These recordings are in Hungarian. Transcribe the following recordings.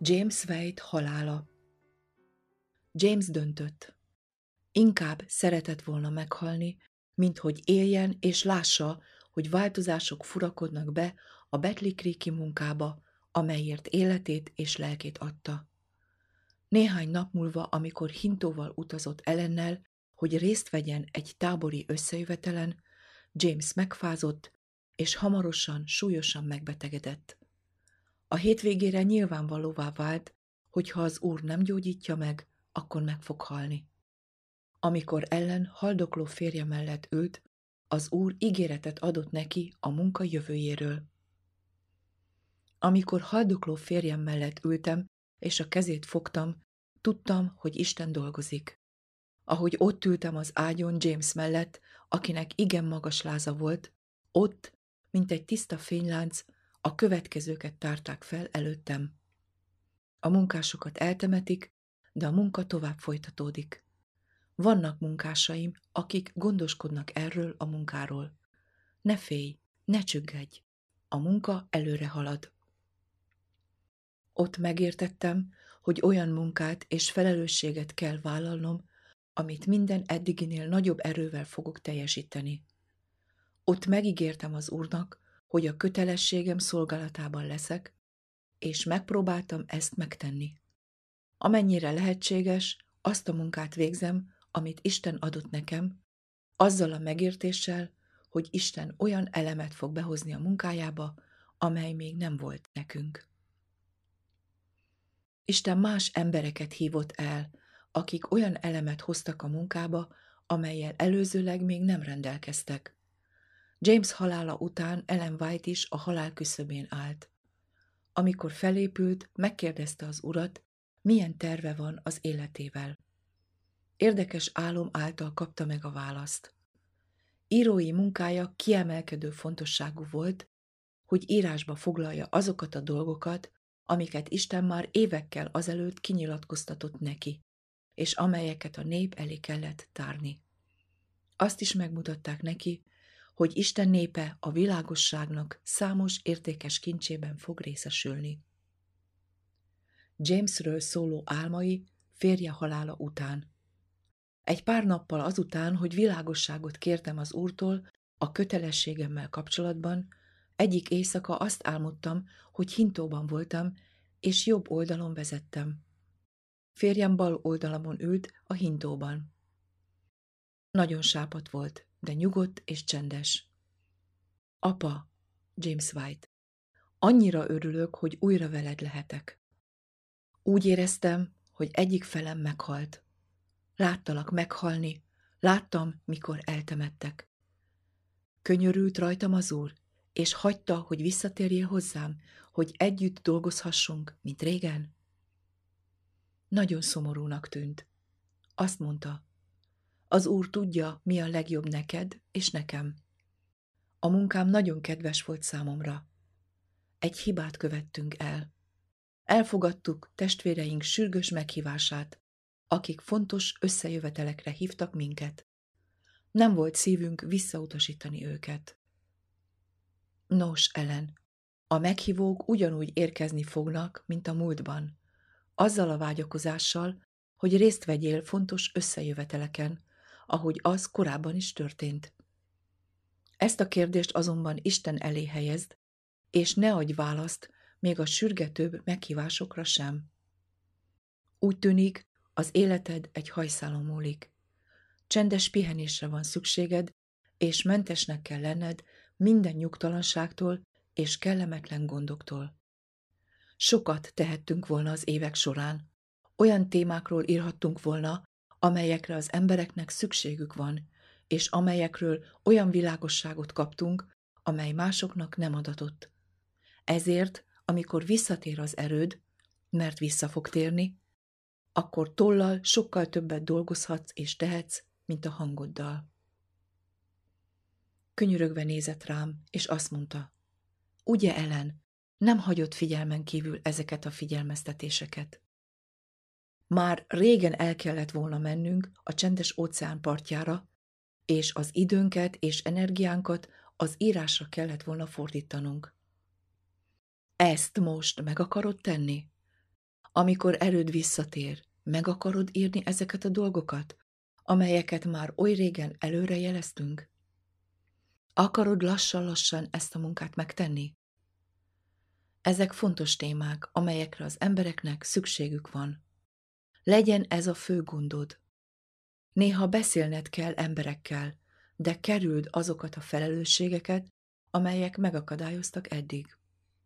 James White halála. James döntött. Inkább szeretett volna meghalni, mint hogy éljen és lássa, hogy változások furakodnak be a Battle Creek-i munkába, amelyért életét és lelkét adta. Néhány nap múlva, amikor Hintóval utazott Ellennel, hogy részt vegyen egy tábori összejövetelen, James megfázott, és hamarosan súlyosan megbetegedett. A hétvégére nyilvánvalóvá vált, hogy ha az úr nem gyógyítja meg, akkor meg fog halni. Amikor Ellen haldokló férje mellett ült, az úr ígéretet adott neki a munka jövőjéről. Amikor haldokló férjem mellett ültem, és a kezét fogtam, tudtam, hogy Isten dolgozik. Ahogy ott ültem az ágyon James mellett, akinek igen magas láza volt, ott, mint egy tiszta fénylánc, a következőket tárták fel előttem. A munkásokat eltemetik, de a munka tovább folytatódik. Vannak munkásaim, akik gondoskodnak erről a munkáról. Ne félj, ne csüggedj, a munka előre halad. Ott megértettem, hogy olyan munkát és felelősséget kell vállalnom, amit minden eddiginél nagyobb erővel fogok teljesíteni. Ott megígértem az úrnak, hogy a kötelességem szolgálatában leszek, és megpróbáltam ezt megtenni. Amennyire lehetséges, azt a munkát végzem, amit Isten adott nekem, azzal a megértéssel, hogy Isten olyan elemet fog behozni a munkájába, amely még nem volt nekünk. Isten más embereket hívott el, akik olyan elemet hoztak a munkába, amellyel előzőleg még nem rendelkeztek. James halála után Ellen White is a halál küszöbén állt. Amikor felépült, megkérdezte az urat, milyen terve van az életével. Érdekes álom által kapta meg a választ. Írói munkája kiemelkedő fontosságú volt, hogy írásba foglalja azokat a dolgokat, amiket Isten már évekkel azelőtt kinyilatkoztatott neki, és amelyeket a nép elé kellett tárni. Azt is megmutatták neki, hogy Isten népe a világosságnak számos értékes kincsében fog részesülni. Jamesről szóló álmai férje halála után. Egy pár nappal azután, hogy világosságot kértem az úrtól a kötelességemmel kapcsolatban, egyik éjszaka azt álmodtam, hogy Hintóban voltam, és jobb oldalon vezettem. Férjem bal oldalamon ült a Hintóban. Nagyon sápadt volt, de nyugodt és csendes. Apa, James White, annyira örülök, hogy újra veled lehetek. Úgy éreztem, hogy egyik felem meghalt. Láttalak meghalni, láttam, mikor eltemettek. Könyörült rajtam az úr, és hagyta, hogy visszatérjél hozzám, hogy együtt dolgozhassunk, mint régen? Nagyon szomorúnak tűnt. Azt mondta, az úr tudja, mi a legjobb neked és nekem. A munkám nagyon kedves volt számomra. Egy hibát követtünk el. Elfogadtuk testvéreink sürgős meghívását, akik fontos összejövetelekre hívtak minket. Nem volt szívünk visszautasítani őket. Nos, Ellen, a meghívók ugyanúgy érkezni fognak, mint a múltban, azzal a vágyakozással, hogy részt vegyél fontos összejöveteleken, ahogy az korábban is történt. Ezt a kérdést azonban Isten elé helyezd, és ne adj választ még a sürgetőbb meghívásokra sem. Úgy tűnik, az életed egy hajszálon múlik. Csendes pihenésre van szükséged, és mentesnek kell lenned minden nyugtalanságtól és kellemetlen gondoktól. Sokat tehettünk volna az évek során. Olyan témákról írhattunk volna, amelyekre az embereknek szükségük van, és amelyekről olyan világosságot kaptunk, amely másoknak nem adatott. Ezért, amikor visszatér az erőd, mert vissza fog térni, akkor tollal sokkal többet dolgozhatsz és tehetsz, mint a hangoddal. Könyörögve nézett rám, és azt mondta, ugye, Ellen, nem hagyott figyelmen kívül ezeket a figyelmeztetéseket. Már régen el kellett volna mennünk a csendes óceán partjára, és az időnket és energiánkat az írásra kellett volna fordítanunk. Ezt most meg akarod tenni? Amikor erőd visszatér, meg akarod írni ezeket a dolgokat, amelyeket már oly régen előre jeleztünk? Akarod lassan-lassan ezt a munkát megtenni? Ezek fontos témák, amelyekre az embereknek szükségük van. Legyen ez a fő gondod. Néha beszélned kell emberekkel, de kerüld azokat a felelősségeket, amelyek megakadályoztak eddig.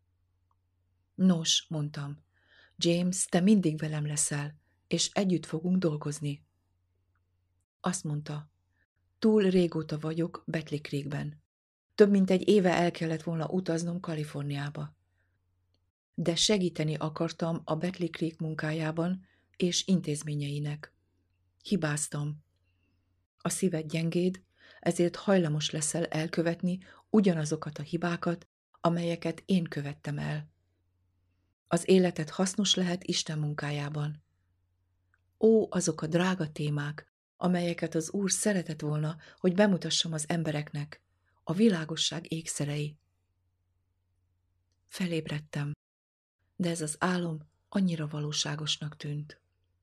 Nos, mondtam, James, te mindig velem leszel, és együtt fogunk dolgozni. Azt mondta, túl régóta vagyok Battle Creekben. Több mint egy éve el kellett volna utaznom Kaliforniába. De segíteni akartam a Battle Creek munkájában és intézményeinek. Hibáztam. A szíved gyengéd, ezért hajlamos leszel elkövetni ugyanazokat a hibákat, amelyeket én követtem el. Az életed hasznos lehet Isten munkájában. Ó, azok a drága témák, amelyeket az Úr szeretett volna, hogy bemutassam az embereknek, a világosság ékszerei. Felébredtem, de ez az álom annyira valóságosnak tűnt.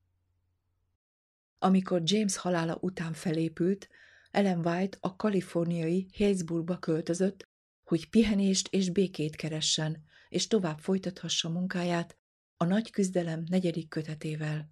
Amikor James halála után felépült, Ellen White a kaliforniai Hatesburgba költözött, hogy pihenést és békét keressen, és tovább folytathassa munkáját a nagy küzdelem 4. kötetével.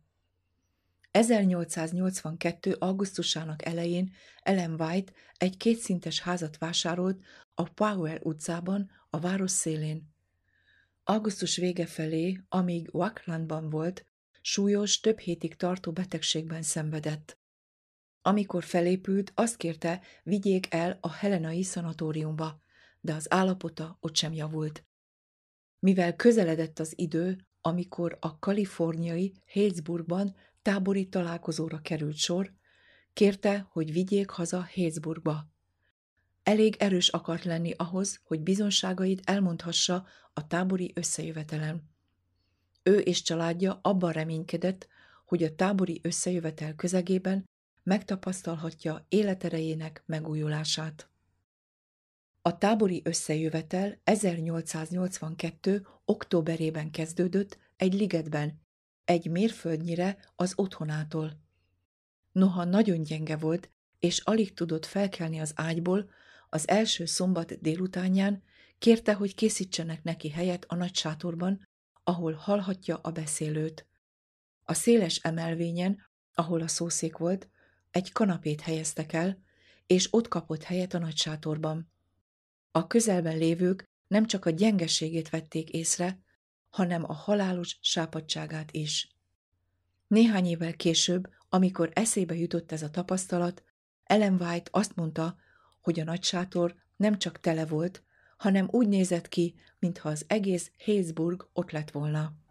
1882. augusztusának elején Ellen White egy 2 szintes házat vásárolt a Powell utcában, a város szélén. Augusztus vége felé, amíg Oaklandban volt, súlyos, több hétig tartó betegségben szenvedett. Amikor felépült, azt kérte, vigyék el a Helenai szanatóriumba, de az állapota ott sem javult. Mivel közeledett az idő, amikor a kaliforniai Hatesburgban tábori találkozóra került sor, kérte, hogy vigyék haza Hatesburgba. Elég erős akart lenni ahhoz, hogy bizonságait elmondhassa a tábori összejövetelen. Ő és családja abban reménykedett, hogy a tábori összejövetel közegében megtapasztalhatja életerejének megújulását. A tábori összejövetel 1882. októberében kezdődött egy ligetben, egy mérföldnyire az otthonától. Noha nagyon gyenge volt, és alig tudott felkelni az ágyból, az első szombat délutánján kérte, hogy készítsenek neki helyet a nagy sátorban, ahol hallhatja a beszélőt. A széles emelvényen, ahol a szószék volt, egy kanapét helyeztek el, és ott kapott helyet a nagy sátorban. A közelben lévők nem csak a gyengeségét vették észre, hanem a halálos sápadtságát is. Néhány évvel később, amikor eszébe jutott ez a tapasztalat, Ellen White azt mondta, hogy a nagy sátor nem csak tele volt, hanem úgy nézett ki, mintha az egész Hatesburg ott lett volna.